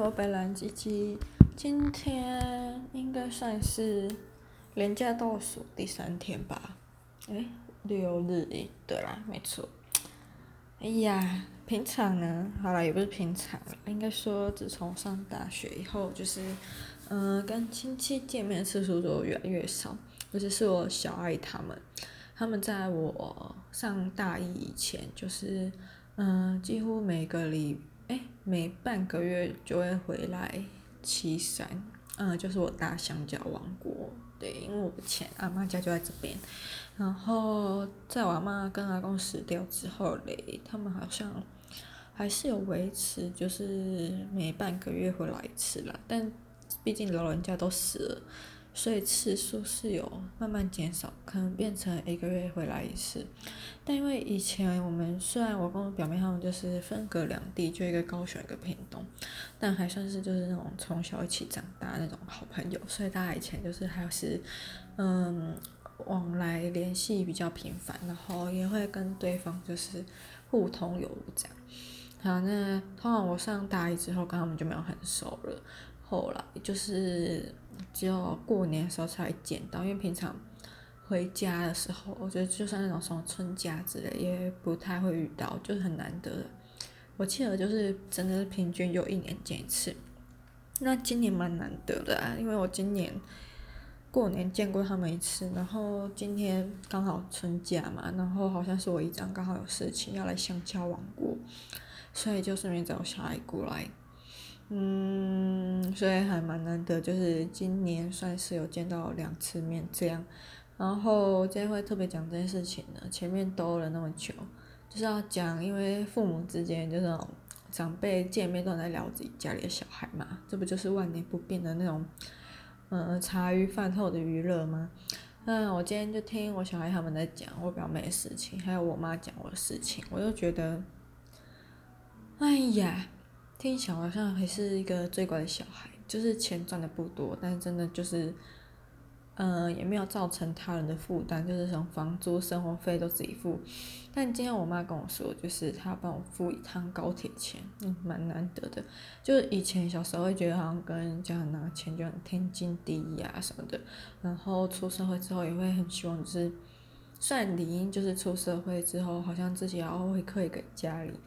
我北兰吉吉，今天应该算是连假倒数第3天吧？6日对啦，没错。哎呀，平常呢，好啦，也不是平常，应该说自从上大学以后，就是跟亲戚见面的次数就越来越少，尤其是我小阿姨他们在我上大一以前，就是几乎每半个月就会回来岐山，就是我大香蕉王国，对，因为我以前阿妈家就在这边，然后在我阿妈跟阿公死掉之后嘞，他们好像还是有维持，就是每半个月回来一次啦，但毕竟老人家都死了。所以次数是有慢慢减少，可能变成一个月回来一次。但因为以前我们虽然我跟我表妹他们就是分隔两地，就一个高雄一个屏东，但还算是就是那种从小一起长大那种好朋友，所以大家以前就是还是往来联系比较频繁，然后也会跟对方就是互通有无这样。好，那通常我上大一之后跟他们就没有很熟了，后来就是只有过年的时候才会见到，因为平常回家的时候，我觉得就算那种什么春假之类，也不太会遇到，就是很难得。我记得就是真的是平均有1年见一次，那今年蛮难得的啊，因为我今年过年见过他们一次，然后今天刚好春假嘛，然后好像是我姨丈刚好有事情要来香蕉王国，所以就顺便找小孩过来。所以还蛮难得，就是今年算是有见到2次面这样。然后今天会特别讲这件事情呢，前面兜了那么久，就是要讲，因为父母之间就是那种长辈见面都在聊自己家里的小孩嘛，这不就是万年不变的那种茶余饭后的娱乐吗？那我今天就听我小孩他们在讲我表妹的事情，还有我妈讲我的事情，我就觉得，哎呀，听起来好像还是一个最乖的小孩，就是钱赚的不多，但是真的就是，也没有造成他人的负担，就是从房租、生活费都自己付。但今天我妈跟我说，就是她帮我付一趟高铁钱，蛮难得的。就是以前小时候会觉得好像跟家人拿钱就很天经地义啊什么的，然后出社会之后也会很希望，就是虽然理应就是出社会之后，好像自己要回馈给家里。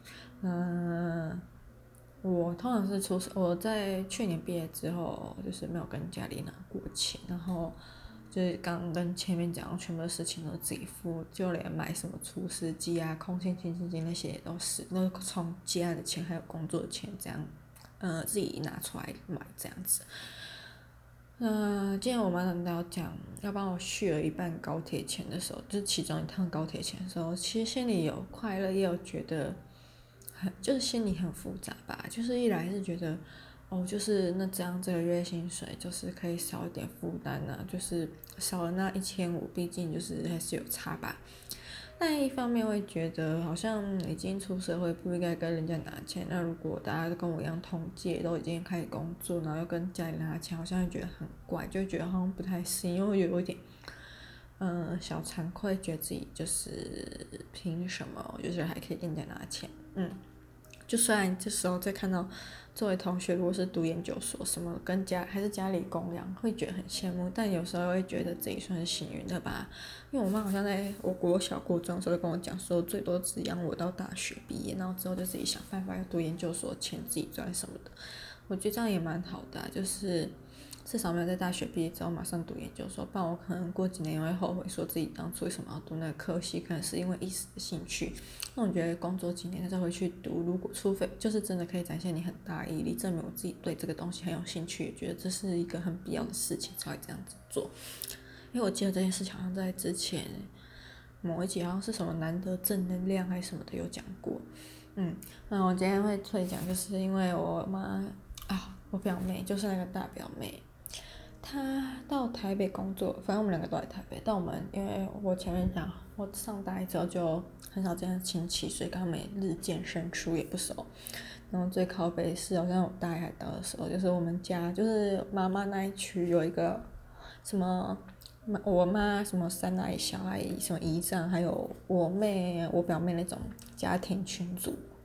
我通常是我在去年毕业之后，就是没有跟家里拿过钱，然后就是刚跟前面讲，全部的事情都自己付，就连买什么除湿机啊、空气清新机那些也都是从家的钱还有工作的钱这样，自己拿出来买这样子。今天我妈他们要讲要帮我续了一半高铁钱的时候，就是其中一趟高铁钱的时候，其实心里有快乐，也有觉得就是心里很复杂吧。就是一来是觉得，就是那这样这个月薪水就是可以少一点负担啊，就是少了那1500，毕竟就是还是有差吧。但一方面会觉得好像已经出社会不应该跟人家拿钱，那如果大家都跟我一样同届都已经开始工作，然后又跟家里拿钱，好像会觉得很怪，就觉得好像不太适应，因为有一点小惭愧，觉得自己就是凭什么就是还可以跟人家拿钱，就虽然这时候再看到作为同学，如果是读研究所什么跟还是家里供养，会觉得很羡慕，但有时候会觉得自己算是幸运的吧。因为我妈好像在我国小国中的时候就跟我讲说，最多只养我到大学毕业，然后之后就自己想办法要读研究所，钱自己赚什么的。我觉得这样也蛮好的就是至少没有在大学毕业之后马上读研究所，不然我可能过几年也会后悔，说自己当初为什么要读那个科系，可能是因为一时的兴趣。那我觉得工作几年再回去读，如果除非就是真的可以展现你很大毅力，证明我自己对这个东西很有兴趣，也觉得这是一个很必要的事情才会这样子做。因为我记得这件事情好像在之前某一集好像是什么难得正能量还是什么的有讲过。那我今天会特意讲，就是因为我妈我表妹就是那个大表妹，她到台北工作，反正我们2个都在台北，但我们因为我前面讲，我上大一之后就很少见亲戚，所以跟他们也日渐生疏，也不熟。然后最靠北是好像我大一还到的时候，就是我们家就是妈妈那一区有一个什么我妈什么三阿姨、小阿姨、什么姨丈，还有我妹、我表妹那种家庭群组。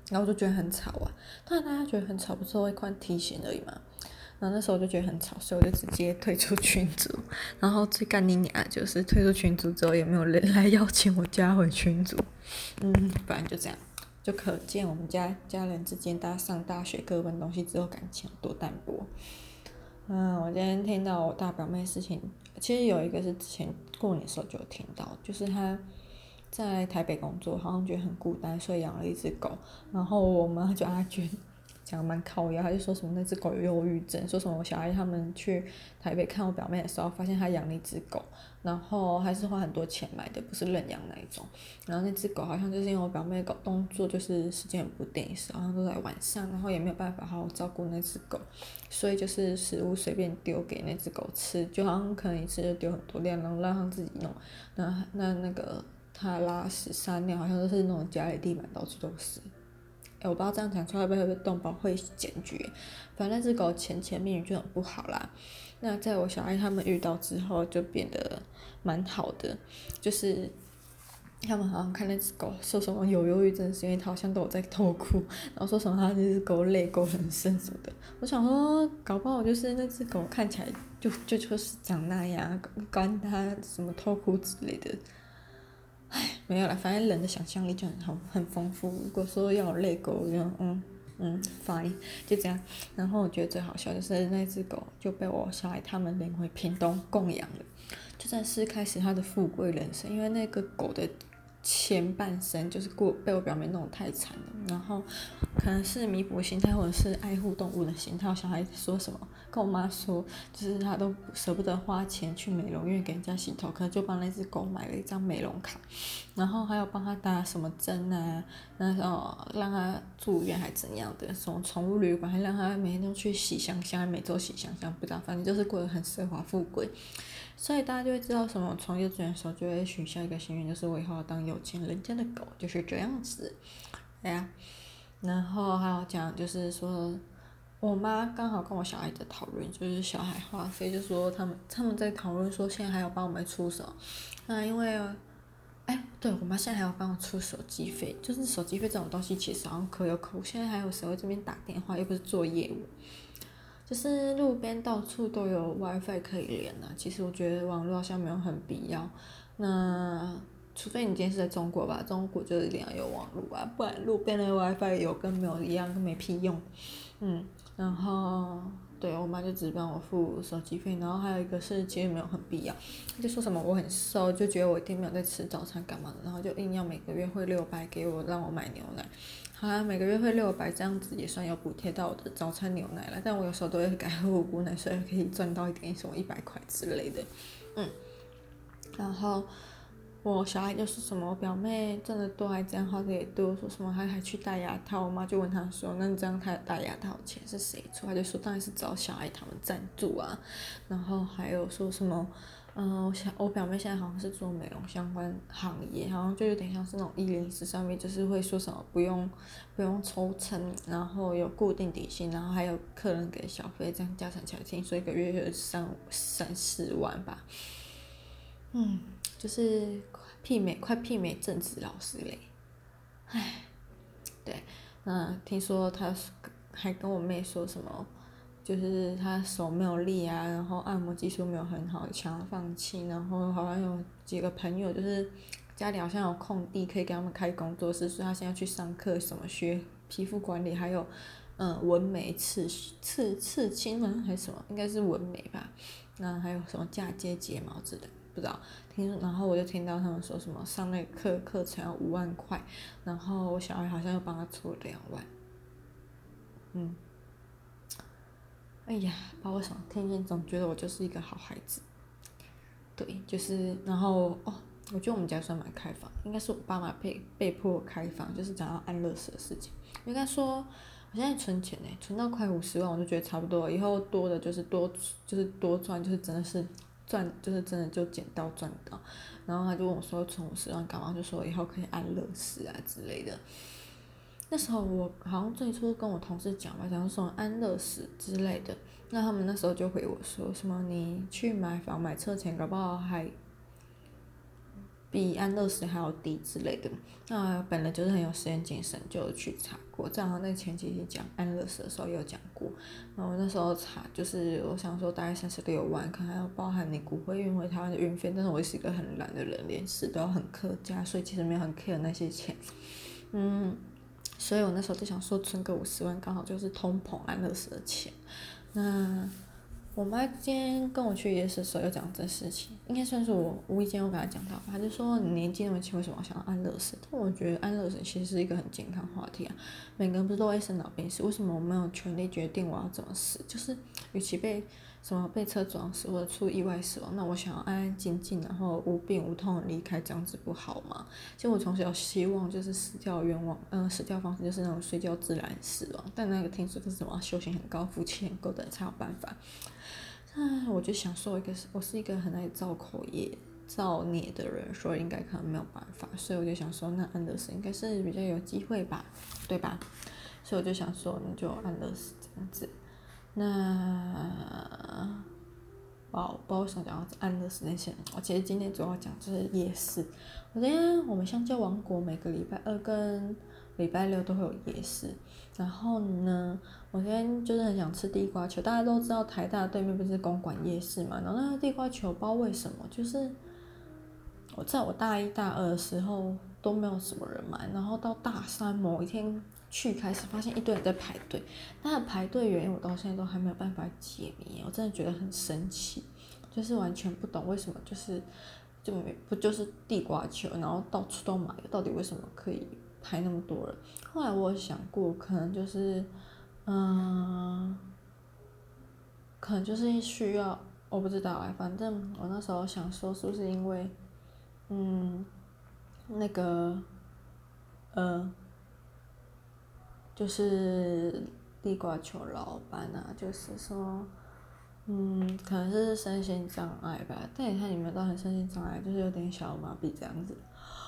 然后我就觉得很吵啊。当然大家觉得很吵，不是会换提醒而已嘛。然后那时候我就觉得很吵，所以我就直接退出群组。然后最干你娘就是退出群组之后，也没有人来邀请我加回群组。不然就这样，就可见我们家人之间，大家上大学各奔东西之后，感情有多淡薄。我今天听到我大表妹的事情，其实有一个是之前过年的时候就有听到，就是她在台北工作，好像觉得很孤单，所以养了一只狗。然后我妈就阿娟讲蛮靠腰，她就说什么那只狗有忧郁症，说什么我小孩他们去台北看我表妹的时候，发现她养了一只狗，然后还是花很多钱买的，不是认养那一种。然后那只狗好像就是因为我表妹狗动作就是时间很不定时，好像都在晚上，然后也没有办法好好照顾那只狗，所以就是食物随便丢给那只狗吃，就好像可能一次就丢很多量，然后让它自己弄。那个它拉屎撒尿好像都是那种家里地板到处都是。我不知道这样讲出来会不会被动保会检举，反正那只狗前命运就很不好啦。那在我小爱他们遇到之后，就变得蛮好的，就是他们好像看那只狗说什么有忧郁症，是因为它好像都有在偷哭，然后说什么它那只狗泪沟很深什么的。我想说，搞不好就是那只狗看起来就是长那样，关它什么偷哭之类的。没有啦，反正人的想象力就很丰富。如果说要有泪沟，我就fine，就这样。然后我觉得最好笑就是那只狗就被我小孩他们领回屏东供养了，就算是开始他的富贵人生。因为那个狗的前半生就是被我表妹弄得太惨了，然后可能是弥补心态或者是爱护动物的心态。我小孩说什么跟我妈说，就是他都舍不得花钱去美容院给人家洗头，可能就帮那只狗买了一张美容卡，然后还有帮他打什么针啊，然后让他住院还怎样的，什么宠物旅馆，还让他每天都去洗香香，每周洗香香，不知道，反正就是过得很奢华富贵。所以大家就会知道什么，从幼稚园的时候就会许下一个心愿，就是我以后要当有钱人家的狗，就是这样子。对呀，然后还有讲就是说，我妈刚好跟我小孩在讨论，就是小孩花费，就说他们在讨论说现在还要帮我们出手，因为对我妈现在还要帮我出手机费，就是手机费这种东西其实好像可有可无，现在还有谁会这边打电话，又不是做业务。就是路边到处都有 WiFi 可以连啊，其实我觉得网络好像没有很必要。那除非你今天是在中国吧，中国就一定要有网络啊，不然路边的 WiFi 有跟没有一样，跟没屁用。然后对我妈就只帮我付手机费，然后还有一个是其实没有很必要，她就说什么我很瘦，就觉得我一定没有在吃早餐干嘛的，然后就硬要每个月汇600给我让我买牛奶。好啊，每个月汇600，这样子也算有补贴到我的早餐牛奶了。但我有时候都会改喝五谷奶，所以可以赚到一点什么100块之类的。然后我小孩就说什么我表妹挣得多还这样花的也多，说什么还去戴牙套。我妈就问他说，那这样他戴牙套钱是谁出？他就说当然是找小孩他们赞助啊。然后还有说什么。我表妹现在好像是做美容相关行业，好像就有点像是那种104上面，就是会说什么不用抽成，然后有固定底薪，然后还有客人给小费，这样加起来听说一个月有3-4万吧。就是快媲美正职老师嘞。对，听说他还跟我妹说什么，就是他手没有力啊，然后按摩技术没有很好，想要放弃。然后好像有几个朋友就是家里好像有空地可以给他们开工作室，所以他现在去上课，什么学皮肤管理，还有纹眉、刺青吗？还是什么？应该是纹眉吧。那还有什么嫁接睫毛之类的，不知道。然后我就听到他们说什么上那个课程要5万块，然后我小孩好像又帮他出了2万。哎呀，不知道为什么天天总觉得我就是一个好孩子。对，就是然后我觉得我们家算蛮开放，应该是我爸妈被迫开放，就是讲到安乐死的事情。应该说我现在存钱存到快50万，我就觉得差不多了，以后多的就是多赚，就是真的是赚，就是真的就捡到赚到。然后他就问我说存50万干嘛，就说以后可以安乐死啊之类的。那时候我好像最初跟我同事讲吧，讲说安乐死之类的，那他们那时候就回我说什么你去买房买车前搞不好还比安乐死还要低之类的。那本人就是很有实验精神，就去查过。正好那前几期讲安乐死的时候也有讲过。然后我那时候查，就是我想说大概36万，可能还要包含你骨灰运回台湾的运费。但是我也是一个很懒的人，连死都要很客家，所以其实没有很 care 那些钱。所以我那时候就想说存个50万，刚好就是通膨安乐死的钱。那我妈今天跟我去夜市的时候有讲这事情，应该算是我无意间有跟她讲到吧。她就说你年纪那么轻，为什么想要安乐死？但我觉得安乐死其实是一个很健康话题啊。每个人不是都会生老病死，为什么我没有权利决定我要怎么死？就是与其被车撞死或者出意外死亡，那我想要安安静静，然后无病无痛的离开，这样子不好吗？其实我从小希望就是死掉方式就是那种睡觉自然死亡，但那个听说就是什么修行很高、福气很够的人才有办法。我就想说我是一个很爱造口业、造孽的人，所以应该可能没有办法，所以我就想说，那安乐死应该是比较有机会吧，对吧？所以我就想说，那就安乐死这样子。我不知道为什么讲到安乐死那些，我其实今天主要讲就是夜市。我们香蕉王国每个礼拜二跟礼拜六都会有夜市。然后呢，我今天就是很想吃地瓜球，大家都知道台大对面不是公馆夜市嘛，然后那个地瓜球不知道为什么，就是我在我大一大二的时候都没有什么人买，然后到大三某一天去开始发现一堆人在排队，那排队原因我到现在都还没有办法解谜，我真的觉得很神奇，就是完全不懂为什么不就是地瓜球，然后到处都买，到底为什么可以排那么多人？后来我有想过，可能就是需要，我不知道反正我那时候想说，是不是因为那个就是地瓜球老板啊，就是说可能是身心障碍吧，但也看你们到很身心障碍，就是有点小麻痹这样子。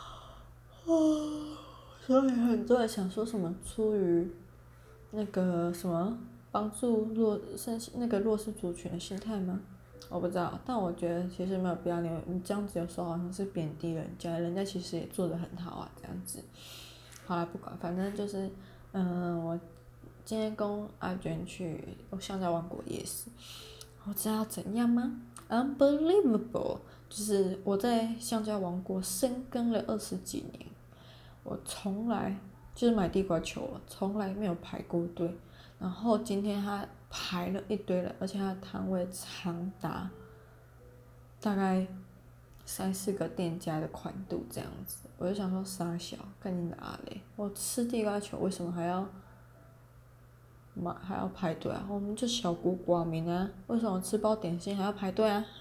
所以很多人想说什么出于那个什么帮助那个弱势族群的心态吗？我不知道，但我觉得其实没有必要，你这样子有时候好像是贬低人家，人家其实也做得很好啊，这样子。好啦，不管，反正就是我今天跟阿娟去香蕉王国夜市，我知道怎样吗 ？Unbelievable！就是我在香蕉王国深耕了20几年，我从来就是买地瓜球，从来没有排过队。然后今天他排了一堆人，而且他的摊位长达大概3、4个店家的宽度这样子，我就想说傻小，干你哪嘞？我吃地瓜球为什么还要排队啊？我们就小孤寡民啊，为什么吃包点心还要排队啊？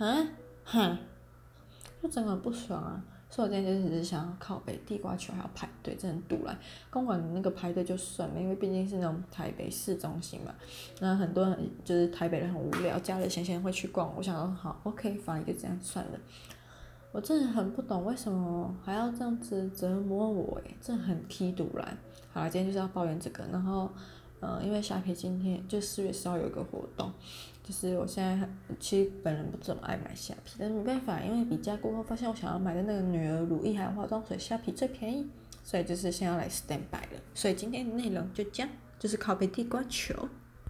就整个很不爽啊！所以我今天就只是想要靠北地瓜球还要排队，真的很堵来。公馆那个排队就算了，因为毕竟是那种台北市中心嘛，那很多人就是台北人很无聊，假日闲闲会去逛。我想说好 ，OK， 反正就这样算了。我真的很不懂为什么还要这样子折磨我真的很踢堵来。好了，今天就是要抱怨这个，然后因为虾皮今天就4月10号有一个活动，就是我现在其实本人不怎么爱买虾皮，但是没办法，因为比价过后发现我想要买的那个女儿乳液还有化妆水虾皮最便宜，所以就是先要来 stand by 了。所以今天的内容就这样，就是靠背地瓜球。